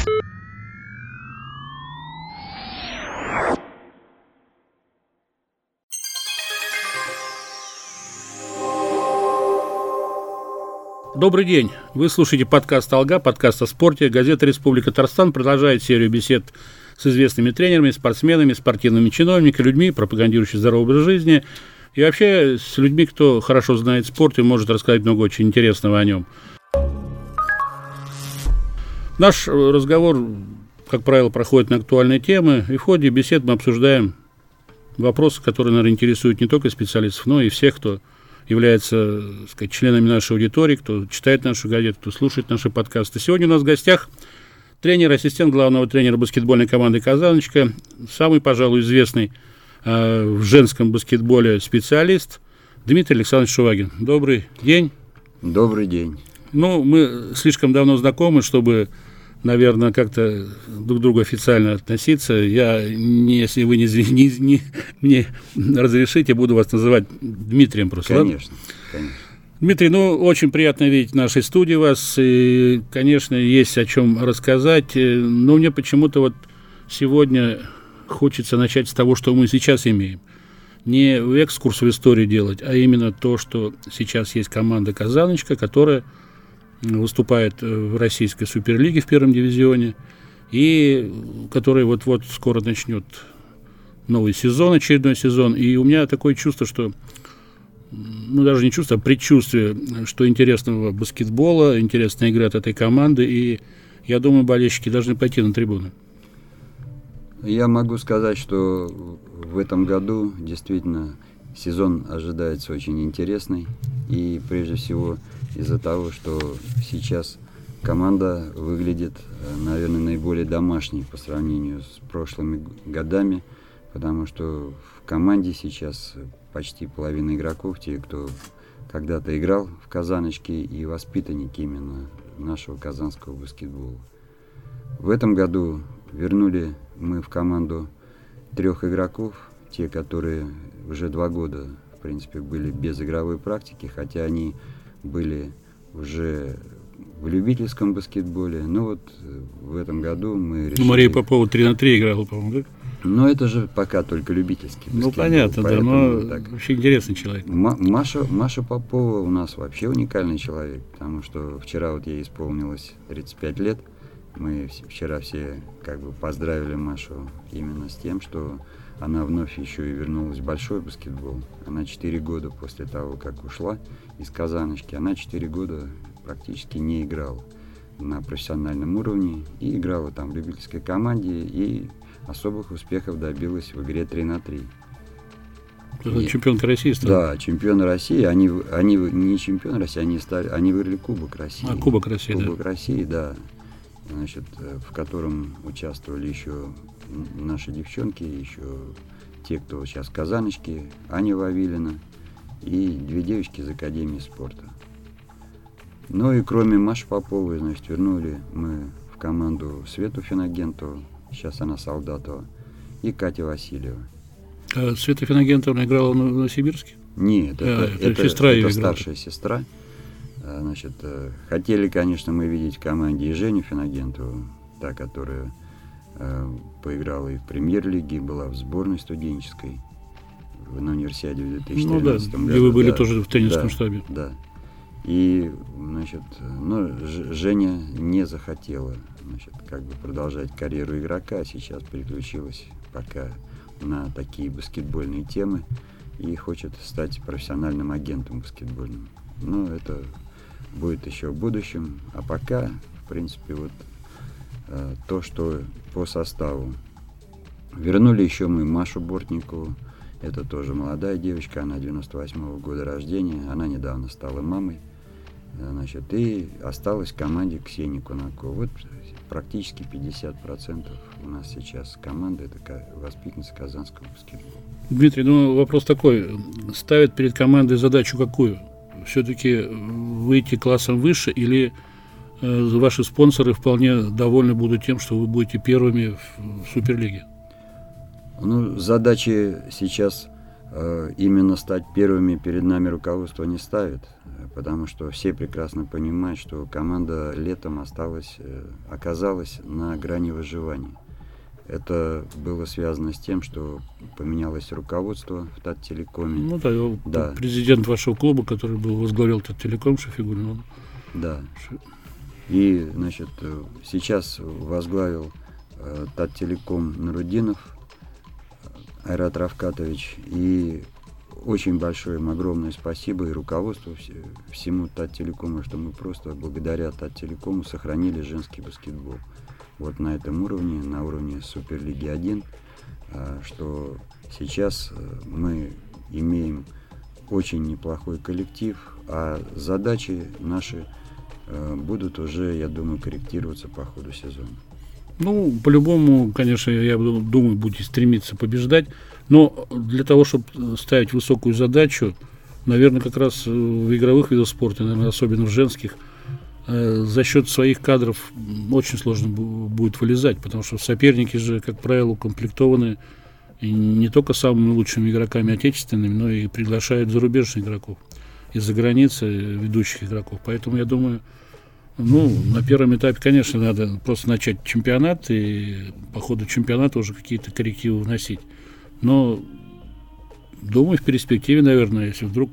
Добрый день. Вы слушаете подкаст «Алга», подкаст о спорте. Газета «Республика Татарстан» продолжает серию бесед с известными тренерами, спортсменами, спортивными чиновниками, людьми, пропагандирующими здоровый образ жизни, и вообще с людьми, кто хорошо знает спорт и может рассказать много очень интересного о нем. Наш разговор, как правило, проходит на актуальные темы, и в ходе бесед мы обсуждаем вопросы, которые, наверное, интересуют не только специалистов, но и всех, кто является, так сказать, членами нашей аудитории, кто читает нашу газету, кто слушает наши подкасты. Сегодня у нас в гостях тренер, ассистент главного тренера баскетбольной команды «Казаночка», самый, пожалуй, известный в женском баскетболе специалист Дмитрий Александрович Шувагин. Добрый день. Добрый день. Ну, мы слишком давно знакомы, чтобы, наверное, как-то друг к другу официально относиться. Если вы мне разрешите, буду вас называть Дмитрием просто. Конечно, конечно. Дмитрий, очень приятно видеть в нашей студии вас. И, конечно, есть о чем рассказать. Но мне почему-то сегодня хочется начать с того, что мы сейчас имеем. Не экскурс в историю делать, а именно то, что сейчас есть команда «Казаночка», которая выступает в российской суперлиге в первом дивизионе, и которая вот-вот скоро начнет новый сезон, очередной сезон. И у меня такое чувство, что, даже не чувство, а предчувствие, что интересного баскетбола, интересная игра от этой команды, и я думаю, болельщики должны пойти на трибуны. Я могу сказать, что в этом году действительно сезон ожидается очень интересный, и прежде всего из-за того, что сейчас команда выглядит, наверное, наиболее домашней по сравнению с прошлыми годами, потому что в команде сейчас почти половина игроков, те, кто когда-то играл в «Казаночке», и воспитанники именно нашего казанского баскетбола. В этом году вернули мы в команду 3 игроков, те, которые уже 2 года, в принципе, были без игровой практики, хотя они были уже в любительском баскетболе. Но в этом году мы решили... Мария Попова 3-3 играла, по-моему, да? Но это же пока только любительский баскетбол. Понятно, да, но вообще интересный человек. Маша Попова у нас вообще уникальный человек, потому что вчера ей исполнилось 35 лет. Мы вчера все поздравили Машу именно с тем, что она вновь еще и вернулась в большой баскетбол. Она 4 года после того, как ушла из «Казаночки», она 4 года практически не играла на профессиональном уровне и играла там в любительской команде, и особых успехов добилась в игре 3-3. Чемпионка России стала? Да, чемпионы России. Они не чемпионы России, они выиграли Кубок России. Кубок России, Кубок России, да. В котором участвовали еще наши девчонки, еще те, кто сейчас в «Казаночке», Аня Вавилина и 2 девочки из Академии спорта. Ну и кроме Маши Поповой, вернули мы в команду Свету Финагентову, сейчас она Солдатова, и Катя Васильева. А Света Финагентовна играла в Новосибирске? Нет, это старшая сестра. Хотели, конечно, мы видеть в команде и Женю Финагентову, та, которая поиграла и в премьер-лиге, была в сборной студенческой на универсиаде в 2013 году. И вы были тоже в тренерском штабе. Да. И, Женя не захотела, продолжать карьеру игрока, а сейчас переключилась пока на такие баскетбольные темы и хочет стать профессиональным агентом баскетбольным. Это будет еще в будущем, а пока, в принципе, то, что по составу. Вернули еще мы Машу Бортникову, это тоже молодая девочка, она 98-го года рождения, она недавно стала мамой, и осталась в команде Ксения Кунакова. Практически 50% у нас сейчас команда, это воспитанница казанского баскетбола. Дмитрий, вопрос такой, ставят перед командой задачу какую? Все-таки выйти классом выше, или ваши спонсоры вполне довольны будут тем, что вы будете первыми в Суперлиге? Задачи сейчас именно стать первыми перед нами руководство не ставит, потому что все прекрасно понимают, что команда летом оказалась на грани выживания. Это было связано с тем, что поменялось руководство в Таттелекоме. Ну да, президент вашего клуба, который возглавлял Таттелеком, Шафигуллин. Да. И, значит, сейчас возглавил Таттелеком Нуруддинов Айрат Равкатович. И очень большое им огромное спасибо и руководству всему Таттелекому, что мы просто благодаря Таттелекому сохранили женский баскетбол. Вот на этом уровне, на уровне Суперлиги 1, что сейчас мы имеем очень неплохой коллектив, а задачи наши будут уже, я думаю, корректироваться по ходу сезона. Ну, по-любому, конечно, я думаю, будете стремиться побеждать, но для того, чтобы ставить высокую задачу, наверное, как раз в игровых видах спорта, наверное, особенно в женских, за счет своих кадров очень сложно будет вылезать, потому что соперники же, как правило, укомплектованы и не только самыми лучшими игроками отечественными, но и приглашают зарубежных игроков из-за границы, ведущих игроков. Поэтому я думаю, на первом этапе, конечно, надо просто начать чемпионат и по ходу чемпионата уже какие-то коррективы вносить. Но думаю, в перспективе, наверное, если вдруг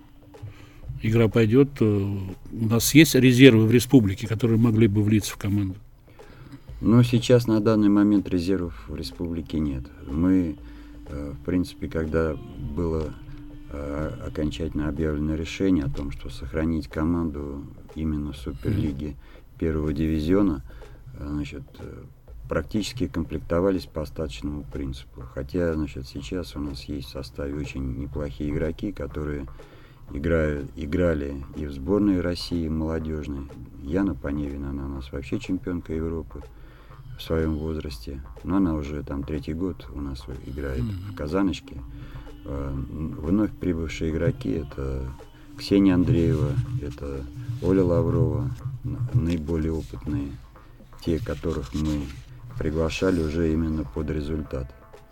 игра пойдет, то у нас есть резервы в республике, которые могли бы влиться в команду. Но сейчас на данный момент резервов в республике нет. Мы, в принципе, когда было окончательно объявлено решение о том, что сохранить команду именно в Суперлиге первого дивизиона, значит, практически комплектовались по остаточному принципу. Хотя, значит, сейчас у нас есть в составе очень неплохие игроки, которые играли и в сборной России молодежной. Яна Поневина, она у нас вообще чемпионка Европы в своем возрасте. Но она уже там 3-й год у нас играет в Казаночке. Вновь прибывшие игроки — это Ксения Андреева, это Оля Лаврова, наиболее опытные, те, которых мы приглашали уже именно под результат.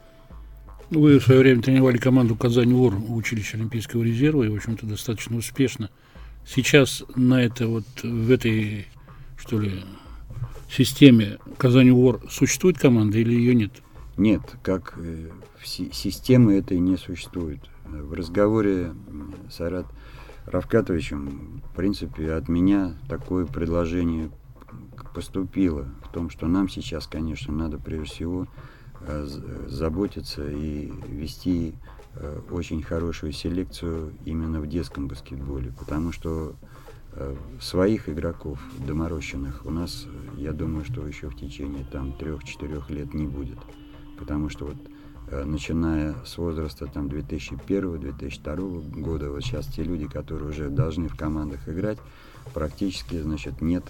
Вы в свое время тренировали команду «Казань-УОР» в училище Олимпийского резерва и, в общем-то, достаточно успешно. Сейчас в этой, что ли, системе «Казань-УОР» существует команда или ее нет? Нет, как системы этой не существует. В разговоре с Айрат Равкатовичем, в принципе, от меня такое предложение поступило в том, что нам сейчас, конечно, надо прежде всего заботиться и вести очень хорошую селекцию именно в детском баскетболе, потому что своих игроков доморощенных у нас, я думаю, что еще в течение 3-4 лет не будет, потому что вот начиная с возраста 2001-2002 года, вот сейчас те люди, которые уже должны в командах играть, практически, значит, нет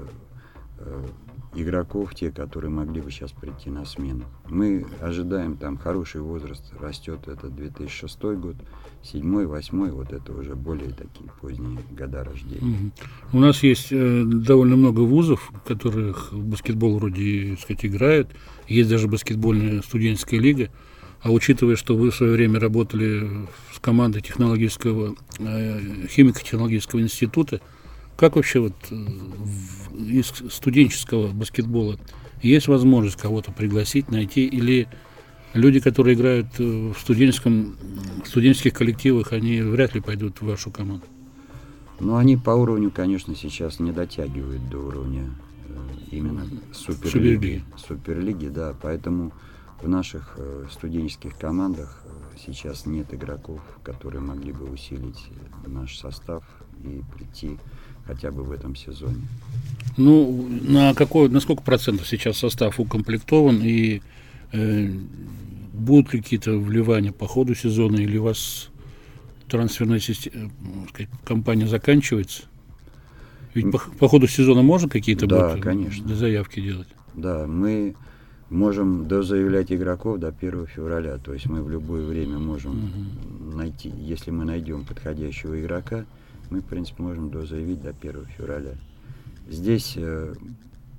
игроков, те, которые могли бы сейчас прийти на смену. Мы ожидаем, хороший возраст растет, это 2006 год, 2007, 2008, вот это уже более такие поздние года рождения. У нас есть довольно много вузов, в которых баскетбол вроде, так сказать, играет, есть даже баскетбольная студенческая лига, а учитывая, что вы в свое время работали с командой химико-технологического института, как вообще из студенческого баскетбола есть возможность кого-то пригласить, найти, или люди, которые играют в студенческих коллективах, они вряд ли пойдут в вашу команду? Ну, они по уровню, конечно, сейчас не дотягивают до уровня именно Суперлиги, да, поэтому в наших студенческих командах сейчас нет игроков, которые могли бы усилить наш состав и прийти хотя бы в этом сезоне. На сколько процентов сейчас состав укомплектован, и будут ли какие-то вливания по ходу сезона, или у вас трансферная кампания заканчивается? Ведь по ходу сезона можно какие-то заявки делать? Да, мы можем дозаявлять игроков до 1 февраля, то есть мы в любое время можем найти, если мы найдем подходящего игрока, мы, в принципе, можем дозаявить до 1 февраля. Здесь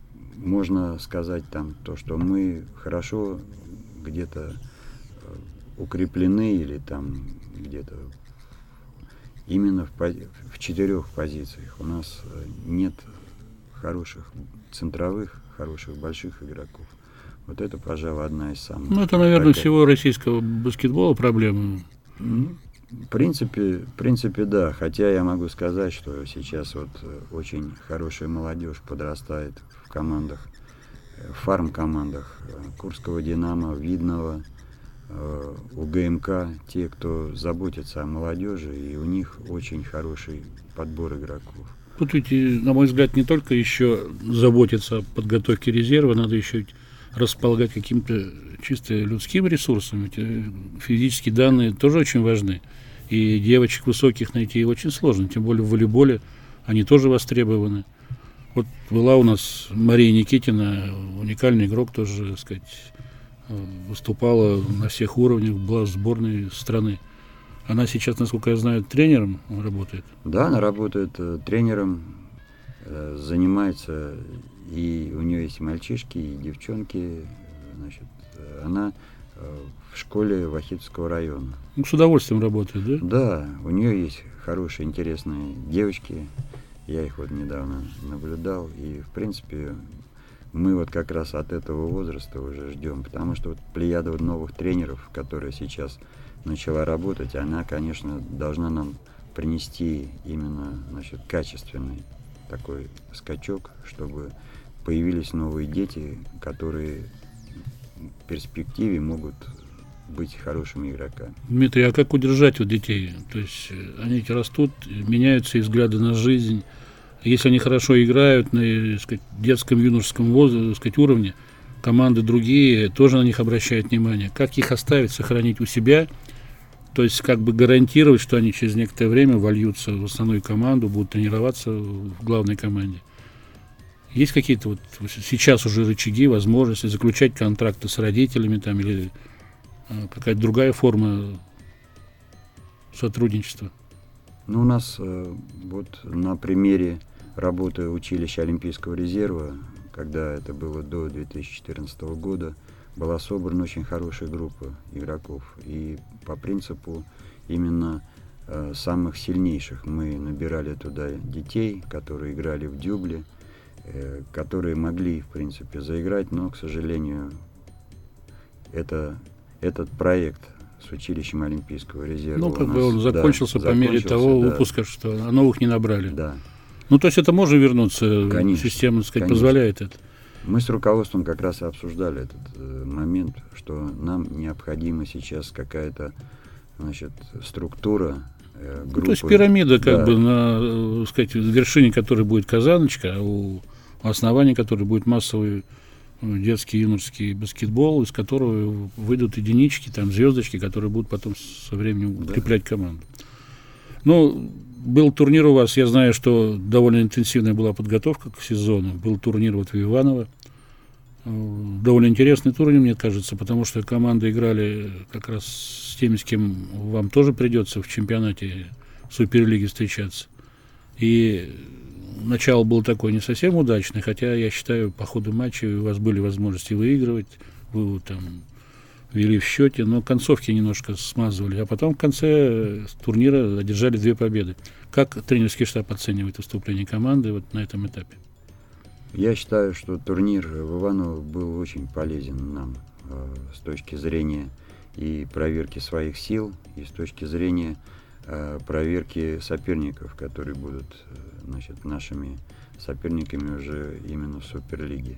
можно сказать то, что мы хорошо где-то укреплены или там где-то именно в 4 позициях. У нас нет хороших центровых, хороших больших игроков. Вот это, пожалуй, одна из самых... Ну, это, наверное, всего российского баскетбола проблема. В принципе, да. Хотя я могу сказать, что сейчас вот очень хорошая молодежь подрастает в командах, в фарм-командах Курского «Динамо», Видного, УГМК, те, кто заботится о молодежи, и у них очень хороший подбор игроков. Тут ведь, на мой взгляд, не только еще заботиться о подготовке резерва, надо еще располагать каким-то чисто людским ресурсом. Ведь физические данные тоже очень важны. И девочек высоких найти очень сложно, тем более в волейболе они тоже востребованы. Вот была у нас Мария Никитина, уникальный игрок, тоже, так сказать, выступала на всех уровнях, была в сборной страны. Она сейчас, насколько я знаю, тренером работает. Да, она работает тренером, занимается, и у нее есть мальчишки, и девчонки. Значит, она в школе Вахитовского района. Ну, с удовольствием работает, да? Да, у нее есть хорошие, интересные девочки. Я их вот недавно наблюдал, и, в принципе, мы вот как раз от этого возраста уже ждем, потому что вот плеяда новых тренеров, которая сейчас начала работать, она, конечно, должна нам принести именно, значит, качественный такой скачок, чтобы появились новые дети, которые в перспективе могут быть хорошими игроками. Дмитрий, а как удержать вот детей? То есть они растут, меняются их взгляды на жизнь. Если они хорошо играют на, так сказать, детском, юношеском возрасте, так сказать, уровне, команды другие тоже на них обращают внимание. Как их оставить, сохранить у себя? То есть как бы гарантировать, что они через некоторое время вольются в основную команду, будут тренироваться в главной команде. Есть какие-то вот сейчас уже рычаги, возможности заключать контракты с родителями там, или какая-то другая форма сотрудничества? Ну, у нас вот на примере работы училища Олимпийского резерва, когда это было до 2014 года, была собрана очень хорошая группа игроков. И по принципу именно самых сильнейших мы набирали туда детей, которые играли в дюбле, которые могли, в принципе, заиграть, но, к сожалению, этот проект с училищем Олимпийского резерва. Ну, как бы он закончился по мере того выпуска, что новых не набрали. Да. Ну, то есть это можно вернуться, конечно, система, так сказать, конечно, позволяет это. Мы с руководством как раз и обсуждали этот момент, что нам необходима сейчас какая-то, значит, структура, группы. То есть пирамида, как бы, на, так сказать, вершине которой будет казаночка, а у основания которой будет массовый детский юношеский баскетбол, из которого выйдут единички, там, звездочки, которые будут потом со временем укреплять команду. Ну, был турнир у вас, я знаю, что довольно интенсивная была подготовка к сезону. Был турнир вот в Иваново. Довольно интересный турнир, мне кажется, потому что команды играли как раз с теми, с кем вам тоже придется в чемпионате Суперлиги встречаться. И начало было такое не совсем удачное, хотя, я считаю, по ходу матча у вас были возможности выигрывать, вы там вели в счете, но концовки немножко смазывали, а потом в конце турнира одержали 2 победы. Как тренерский штаб оценивает выступление команды вот на этом этапе? Я считаю, что турнир в Иваново был очень полезен нам с точки зрения и проверки своих сил, и с точки зрения проверки соперников, которые будут, значит, нашими соперниками уже именно в Суперлиге.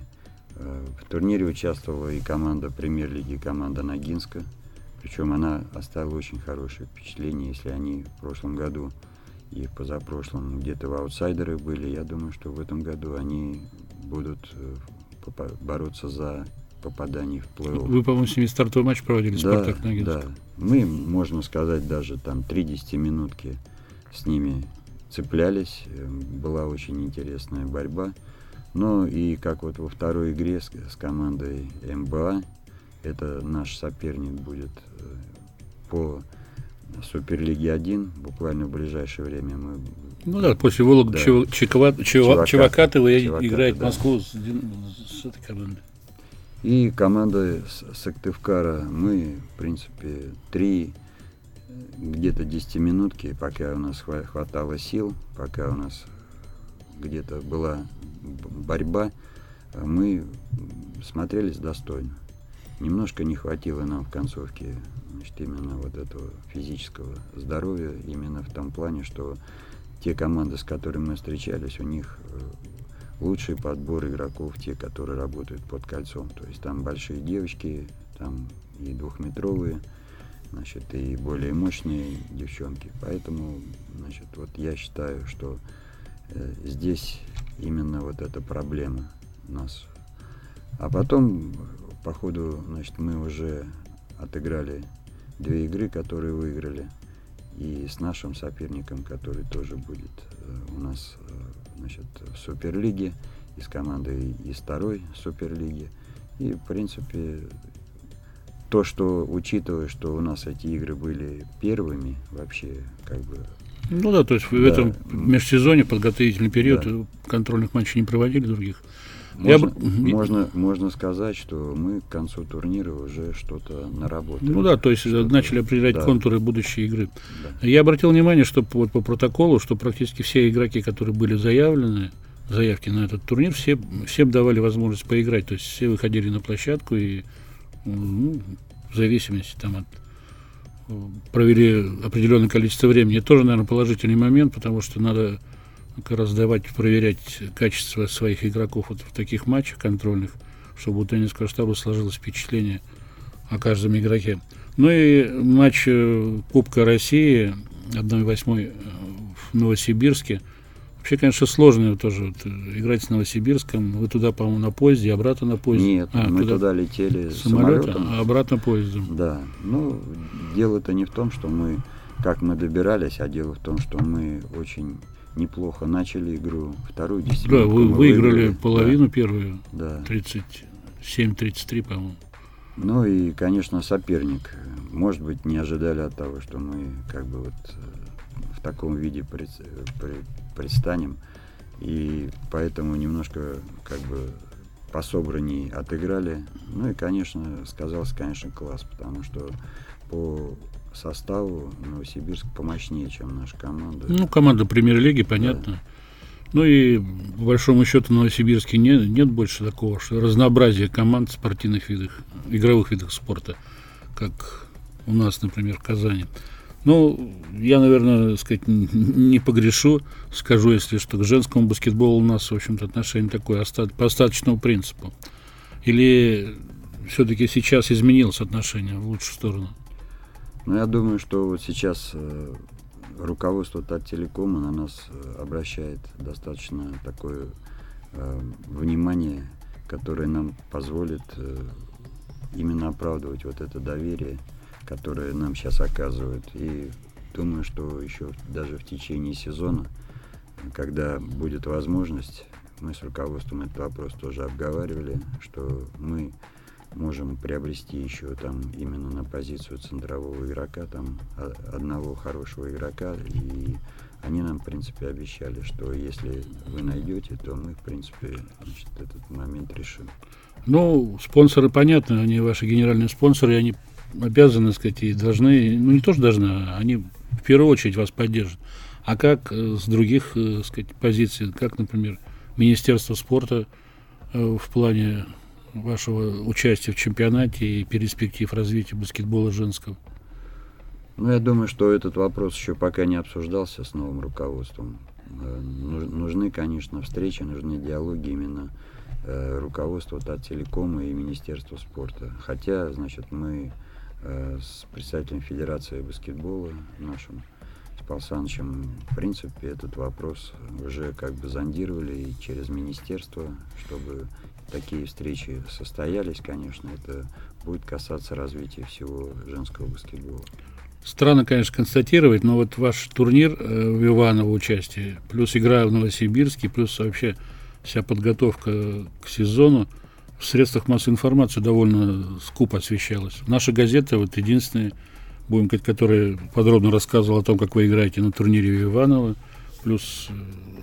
В турнире участвовала и команда Премьер-лиги, команда Ногинска, причем она оставила очень хорошее впечатление. Если они в прошлом году и в позапрошлом где-то в аутсайдеры были, я думаю, что в этом году они будут бороться за попадание в плей-офф. Вы, по-моему, с ними стартовый матч проводили, Спартак Ногинск. Да, мы, можно сказать, даже там 3 10-минутки с ними цеплялись, была очень интересная борьба. Ну и как вот во второй игре с командой МБА, это наш соперник будет по Суперлиге 1, буквально в ближайшее время мы... Ну да, после Вологды, Чевакаты вы играете в Москву с этой командой. И команда Сыктывкара, мы, в принципе, 3 где-то 10-минутки, пока у нас хватало сил, пока у нас где-то была борьба, мы смотрелись достойно. Немножко не хватило нам в концовке, значит, именно вот этого физического здоровья, именно в том плане, что те команды, с которыми мы встречались, у них лучший подбор игроков, те, которые работают под кольцом. То есть там большие девочки, там и 2-метровые, значит, и более мощные девчонки. Поэтому, значит, вот я считаю, что здесь именно вот эта проблема у нас. А потом, по ходу, значит, мы уже отыграли 2 игры, которые выиграли, и с нашим соперником, который тоже будет у нас, значит, в Суперлиге, и с командой из 2-й Суперлиги. И, в принципе, то, что, учитывая, что у нас эти игры были первыми, вообще, как бы... Ну да, то есть в этом межсезонье, подготовительный период, контрольных матчей не проводили других. Можно сказать, что мы к концу турнира уже что-то наработали. Ну да, то есть начали определять контуры будущей игры. Да. Я обратил внимание, что вот по протоколу, что практически все игроки, которые были заявки на этот турнир, всем давали возможность поиграть. То есть все выходили на площадку и в зависимости там от провели определенное количество времени. Это тоже, наверное, положительный момент, потому что надо как раз проверять качество своих игроков вот в таких матчах контрольных, чтобы у тренерского штаба сложилось впечатление о каждом игроке. Ну и матч Кубка России 1/8 в Новосибирске. Вообще, конечно, сложно тоже играть с Новосибирском. Вы туда, по-моему, на поезде, обратно на поезде? Нет, мы туда летели самолетом, а обратно поездом. Да. Ну, дело-то не в том, что как мы добирались, а дело в том, что мы очень неплохо начали игру. Вторую 10 минут. Да, вы выиграли половину первую. Да. 37-33, по-моему. Ну и, конечно, соперник. Может быть, не ожидали от того, что мы как бы вот в таком виде предстанем. И поэтому немножко как бы пособранней отыграли. Ну и, конечно, сказался, класс, потому что по составу Новосибирск помощнее, чем наша команда. Ну, команда премьер-лиги, понятно. Да. Ну и, по большому счету, в Новосибирске нет больше такого, что разнообразия команд в спортивных видах, игровых видах спорта, как у нас, например, в Казани. Ну, я, наверное, не погрешу, скажу, если что, к женскому баскетболу у нас, в общем-то, отношение такое, по остаточному принципу. Или все-таки сейчас изменилось отношение в лучшую сторону? Ну, я думаю, что вот сейчас руководство Таттелекома на нас обращает достаточно такое внимание, которое нам позволит именно оправдывать вот это доверие, которое нам сейчас оказывают. И думаю, что еще даже в течение сезона, когда будет возможность, мы с руководством этот вопрос тоже обговаривали, что мы можем приобрести еще там именно на позицию центрового игрока, там одного хорошего игрока, и они нам, в принципе, обещали, что если вы найдете, то мы, в принципе, значит, этот момент решим. Ну, спонсоры, понятно, они ваши генеральные спонсоры, и они обязаны, и должны, ну, не то, что должны, а они в первую очередь вас поддержат. А как с других, позиций, как, например, Министерство спорта в плане вашего участия в чемпионате и перспектив развития баскетбола женского? Ну, я думаю, что этот вопрос еще пока не обсуждался с новым руководством. Нужны, конечно, встречи, нужны диалоги именно руководства Таттелекома и Министерства спорта. Хотя, значит, мы с представителем Федерации баскетбола нашим, с Павлом Санычем, в принципе, этот вопрос уже как бы зондировали и через министерство, чтобы такие встречи состоялись, конечно, это будет касаться развития всего женского баскетбола. Странно, конечно, констатировать, но вот ваш турнир в Иваново участие, плюс игра в Новосибирске, плюс вообще вся подготовка к сезону в средствах массовой информации довольно скупо освещалась. Наша газета, вот единственная, будем говорить, которая подробно рассказывала о том, как вы играете на турнире в Иваново, плюс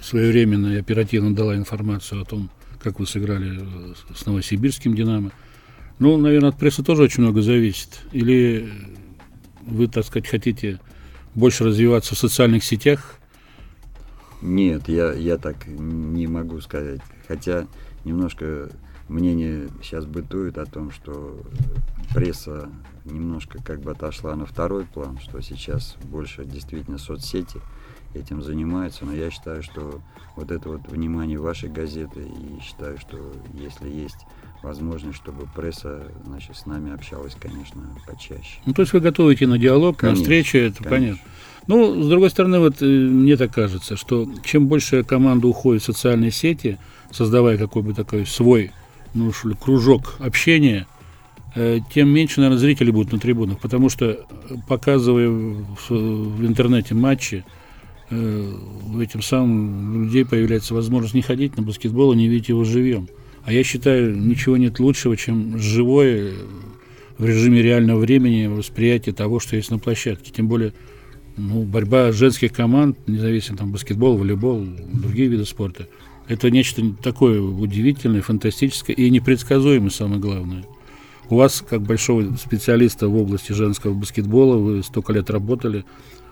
своевременно и оперативно дала информацию о том, как вы сыграли с новосибирским «Динамо». Ну, наверное, от прессы тоже очень много зависит. Или вы, так сказать, хотите больше развиваться в социальных сетях? Нет, я так не могу сказать. Хотя немножко мнение сейчас бытует о том, что пресса немножко как бы отошла на второй план, что сейчас больше действительно соцсети этим занимаются. Но я считаю, что вот это вот внимание вашей газеты, и считаю, что если есть возможность, чтобы пресса, значит, с нами общалась, конечно, почаще. Ну, то есть вы готовы идти на диалог, Конечно, на встречи, это конечно. понятно. Ну, с другой стороны, вот мне так кажется, что чем больше команда уходит в социальные сети, создавая какой бы такой свой, ну, что ли, кружок общения, тем меньше, наверное, зрителей будут на трибунах, потому что, показывая в интернете матчи, этим самым у людей появляется возможность не ходить на баскетбол и не видеть его живьем. А я считаю, ничего нет лучшего, чем живое в режиме реального времени восприятие того, что есть на площадке. Тем более, ну, борьба женских команд, независимо там баскетбол, волейбол, другие виды спорта, это нечто такое удивительное, фантастическое и непредсказуемое, самое главное. У вас, как большого специалиста в области женского баскетбола, вы столько лет работали.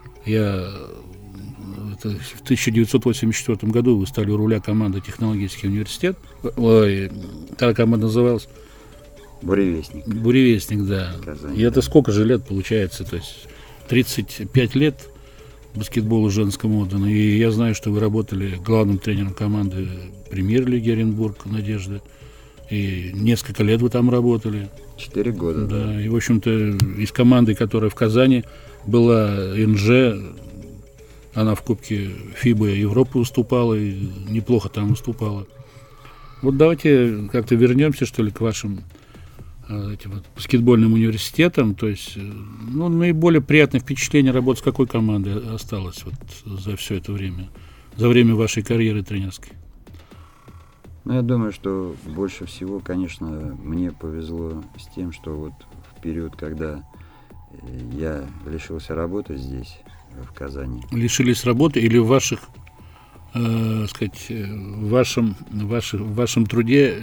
В 1984 году вы стали у руля команды «Технологический университет». Ой, та команда называлась? Буревестник. Буревестник, да. Казань, И это сколько же лет получается? То есть 35 лет баскетболу женскому отдано. И я знаю, что вы работали главным тренером команды премьер-лиги Оренбург «Надежда». И несколько лет вы там работали. 4 года. Да. И, в общем-то, из команды, которая в Казани была НЖ, она в Кубке ФИБА Европы выступала и неплохо там выступала. Вот давайте как-то вернемся, что ли, к вашим этим вот баскетбольным университетам. То есть, ну, наиболее приятное впечатление работы с какой командой осталось вот за все это время, за время вашей карьеры тренерской? Ну, я думаю, что больше всего, конечно, мне повезло с тем, что вот в период, когда я лишился работы здесь, в Казани. Лишились работы или в ваших, сказать, в вашем труде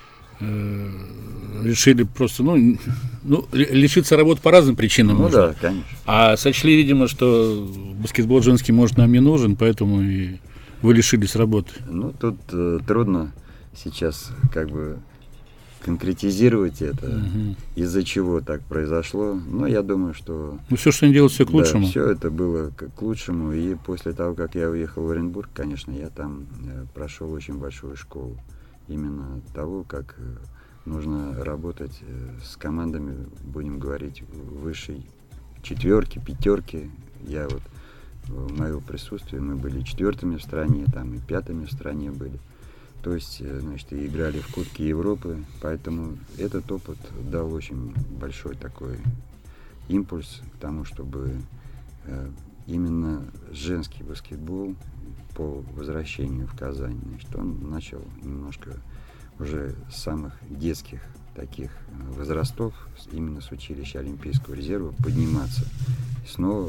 решили просто, ну, лишиться работы по разным причинам? Ну можно. Да, конечно. А сочли, видимо, что баскетбол женский, может, нам не нужен, поэтому и вы лишились работы. Ну, тут трудно сейчас как бы конкретизировать это, из-за чего так произошло. Но я думаю, что... Ну, все, что они делают, все к лучшему. Да, все это было к лучшему. И после того, как я уехал в Оренбург, конечно, я там прошел очень большую школу. Именно того, как нужно работать с командами, будем говорить, высшей четверки, пятерки. Я вот в моем присутствии, мы были 4-ми в стране, там и 5-ми в стране были. То есть, значит, и играли в Кубке Европы, поэтому этот опыт дал очень большой такой импульс к тому, чтобы именно женский баскетбол по возвращению в Казань, значит, он начал немножко уже с самых детских таких возрастов, именно с училища Олимпийского резерва, подниматься. И снова,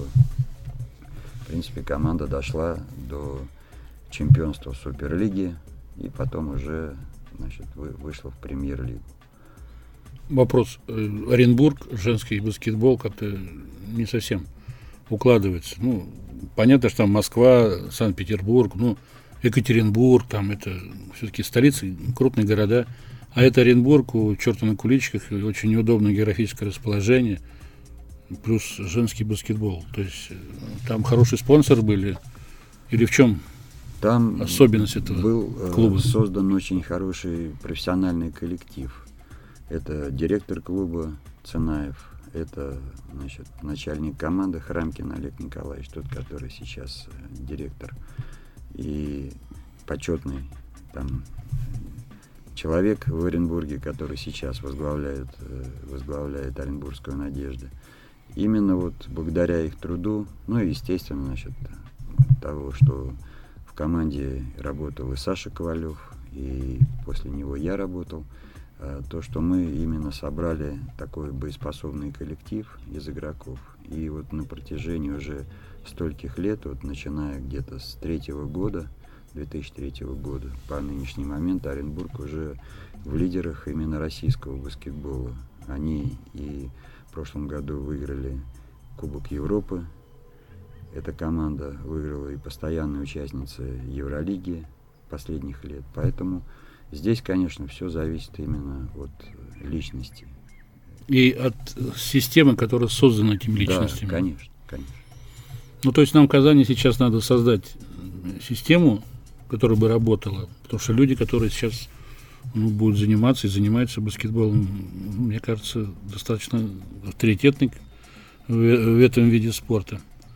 в принципе, команда дошла до чемпионства Суперлиги, и потом уже, значит, вышла в премьер-лигу. Вопрос. Оренбург, женский баскетбол как-то не совсем укладывается. Ну, понятно, что там Москва, Санкт-Петербург, ну, Екатеринбург, там это все-таки столицы, крупные города. А это Оренбург, у черта на куличиках, очень неудобное географическое расположение, плюс женский баскетбол. То есть там хорошие спонсоры были, или в чем там особенность этого клуба? Был создан очень хороший профессиональный коллектив. Это директор клуба Ценаев, это, значит, начальник команды Храмкин Олег Николаевич, тот, который сейчас директор, и почетный там человек в Оренбурге, который сейчас возглавляет Оренбургскую «Надежду». Именно вот благодаря их труду, ну и, естественно, значит, того, что в команде работал и Саша Ковалев, и после него я работал, то, что мы именно собрали такой боеспособный коллектив из игроков. И вот на протяжении уже стольких лет, вот начиная где-то с 3-го года, 2003 года. По нынешний момент Оренбург уже в лидерах именно российского баскетбола. Они и в прошлом году выиграли Кубок Европы. Эта команда выиграла и постоянная участница Евролиги последних лет. Поэтому здесь, конечно, все зависит именно от личности. И от системы, которая создана этими личностями. Да, конечно, конечно. Ну, то есть нам в Казани сейчас надо создать систему, которая бы работала. Потому что люди, которые сейчас будут заниматься и занимаются баскетболом, мне кажется, достаточно авторитетны в этом виде спорта.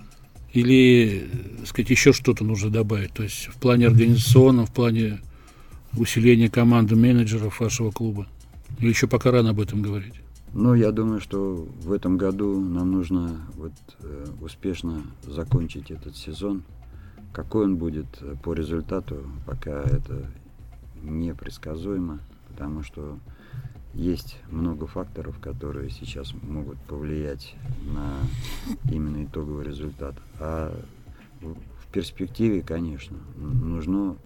Или, так сказать, еще что-то нужно добавить. То есть в плане организационном, в плане усиления команды менеджеров вашего клуба. Или еще пока рано об этом говорить? Ну, я думаю, что в этом году нам нужно успешно закончить этот сезон. Какой он будет по результату, пока это непредсказуемо, потому что есть много факторов, которые сейчас могут повлиять на именно итоговый результат. А в перспективе, конечно, нужно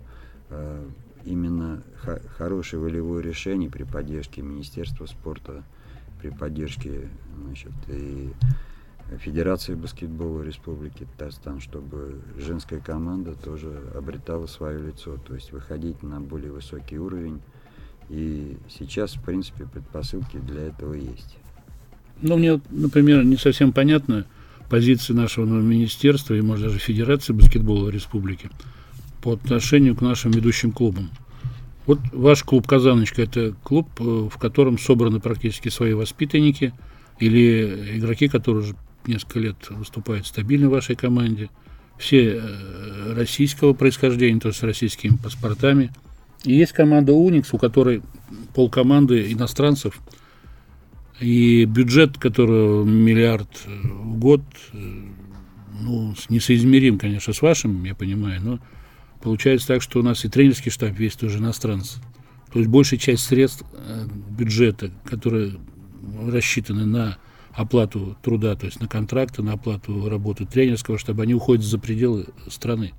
именно хорошее волевое решение при поддержке Министерства спорта, при поддержке, значит, и Федерации баскетбола Республики Татарстан, чтобы женская команда тоже обретала свое лицо, то есть выходить на более высокий уровень. И сейчас, в принципе, предпосылки для этого есть. Ну, мне, например, не совсем понятна позиция нашего министерства и, может, даже Федерации баскетбола Республики по отношению к нашим ведущим клубам. Вот ваш клуб «Казаночка» – это клуб, в котором собраны практически свои воспитанники или игроки, которые уже несколько лет выступают стабильно в вашей команде, все российского происхождения, то есть с российскими паспортами. И есть команда «Уникс», у которой полкоманды иностранцев, и бюджет, которого миллиард в год, ну, несоизмерим, конечно, с вашим, я понимаю, но получается так, что у нас и тренерский штаб весь тоже иностранцы. То есть большая часть средств бюджета, которые рассчитаны на оплату труда, то есть на контракты, на оплату работы тренерского штаба, они уходят за пределы страны.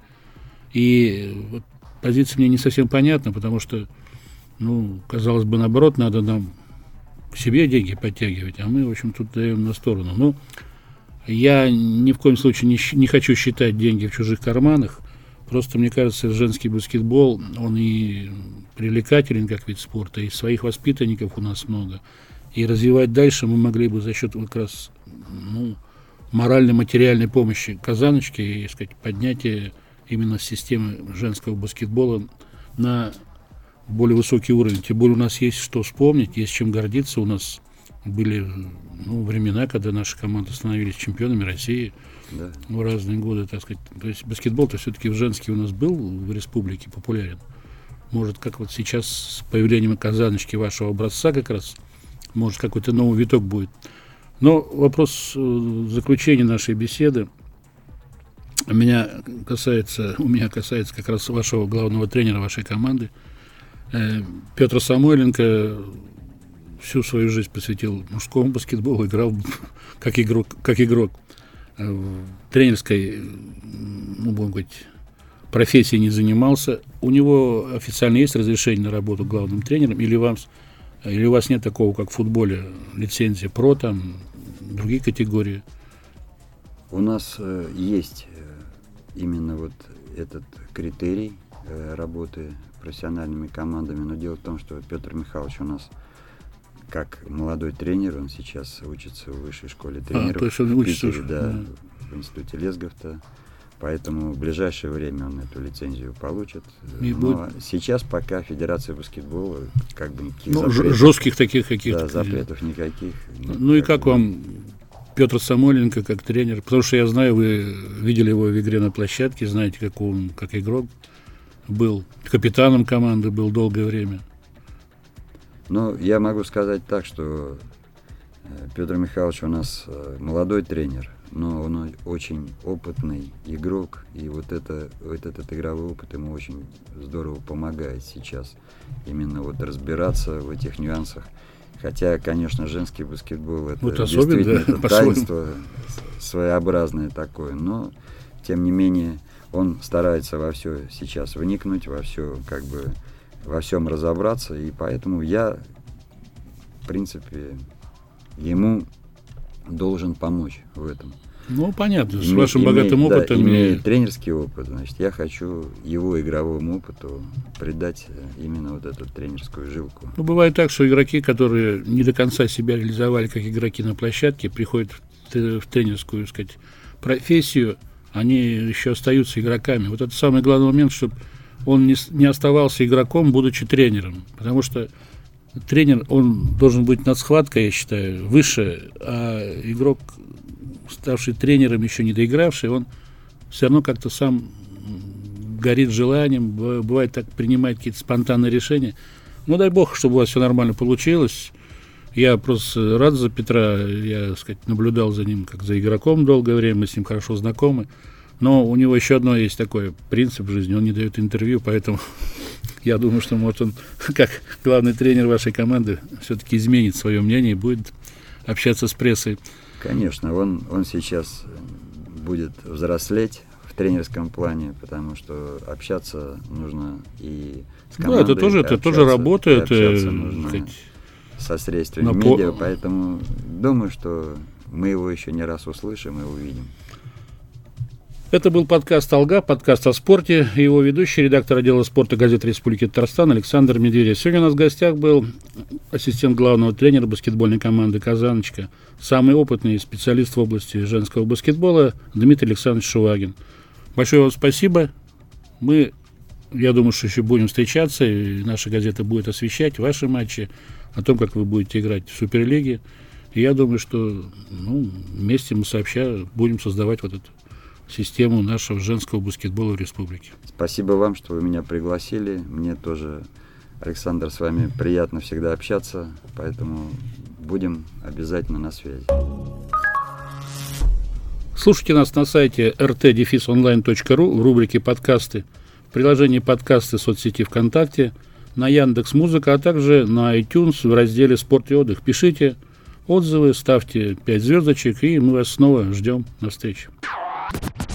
И вот позиция мне не совсем понятна, потому что, ну, казалось бы, наоборот, надо нам к себе деньги подтягивать, а мы, в общем, тут даем на сторону. Но я ни в коем случае не хочу считать деньги в чужих карманах. Просто, мне кажется, женский баскетбол, он и привлекателен как вид спорта, и своих воспитанников у нас много. И развивать дальше мы могли бы за счет как раз, ну, морально-материальной помощи Казаночки и, так сказать, поднятия именно системы женского баскетбола на более высокий уровень. Тем более у нас есть что вспомнить, есть чем гордиться. У нас были, ну, времена, когда наши команды становились чемпионами России, да, в разные годы, так сказать. То есть баскетбол-то все-таки в женский у нас был в республике популярен. Может, как вот сейчас с появлением Казаночки вашего образца как раз, может, какой-то новый виток будет. Но вопрос заключения нашей беседы у меня касается как раз вашего главного тренера вашей команды. Петр Самойленко всю свою жизнь посвятил мужскому баскетболу, играл как игрок. В тренерской, ну, будем говорить, профессии не занимался. У него официально есть разрешение на работу главным тренером, или у вас нет такого, как в футболе, лицензия ПРО, там, другие категории? У нас есть именно вот этот критерий работы профессиональными командами, но дело в том, что Петр Михайлович у нас как молодой тренер, он сейчас учится в высшей школе тренеров, то есть он учится, в Питере, да, в институте Лесговта, поэтому в ближайшее время он эту лицензию получит. Но сейчас пока Федерация баскетбола как бы никаких запретов, жестких таких каких-то, да, запретов никаких. Ну и как вам Петр Самойленко как тренер? Потому что я знаю, вы видели его в игре на площадке, знаете, как он как игрок был, капитаном команды был долгое время. Ну, я могу сказать так, что Петр Михайлович у нас молодой тренер, но он очень опытный игрок, и вот этот игровой опыт ему очень здорово помогает сейчас именно вот разбираться в этих нюансах. Хотя, конечно, женский баскетбол это вот действительно, да, это таинство своеобразное такое, но тем не менее он старается во все сейчас вникнуть, во всем разобраться, и поэтому я, в принципе, ему должен помочь в этом. Ну, понятно, с вашим богатым опытом. Имея тренерский опыт, значит, я хочу его игровому опыту придать именно вот эту тренерскую жилку. Ну, бывает так, что игроки, которые не до конца себя реализовали как игроки на площадке, приходят в тренерскую, так сказать, профессию, они еще остаются игроками. Вот это самый главный момент, чтобы он не оставался игроком, будучи тренером. Потому что тренер, он должен быть над схваткой, я считаю, выше, а игрок, ставший тренером, еще не доигравший, он все равно как-то сам горит желанием, бывает так, принимает какие-то спонтанные решения. Ну, дай бог, чтобы у вас все нормально получилось. Я просто рад за Петра, я, так сказать, наблюдал за ним как за игроком долгое время, мы с ним хорошо знакомы. Но у него еще одно есть такой принцип в жизни, он не дает интервью, поэтому я думаю, что, может, он, как главный тренер вашей команды, все-таки изменит свое мнение и будет общаться с прессой. Конечно, он сейчас будет взрослеть в тренерском плане, потому что общаться нужно и с командой. Да, это тоже работа, это нужно со средствами медиа, поэтому думаю, что мы его еще не раз услышим и увидим. Это был подкаст «Алга», подкаст о спорте, и его ведущий, редактор отдела спорта газеты Республики Татарстан Александр Медведев. Сегодня у нас в гостях был ассистент главного тренера баскетбольной команды «Казаночка», самый опытный специалист в области женского баскетбола Дмитрий Александрович Шувагин. Большое вам спасибо. Я думаю, что еще будем встречаться, и наша газета будет освещать ваши матчи, о том, как вы будете играть в Суперлиге. И я думаю, что вместе мы сообща будем создавать вот эту систему нашего женского баскетбола в республике. Спасибо вам, что вы меня пригласили. Мне тоже, Александр, с вами приятно всегда общаться, поэтому будем обязательно на связи. Слушайте нас на сайте rt-online.ru в рубрике «Подкасты», в приложении «Подкасты» соцсети ВКонтакте, на Яндекс.Музыка, а также на iTunes в разделе «Спорт и отдых». Пишите отзывы, ставьте 5 звездочек, и мы вас снова ждем на встрече.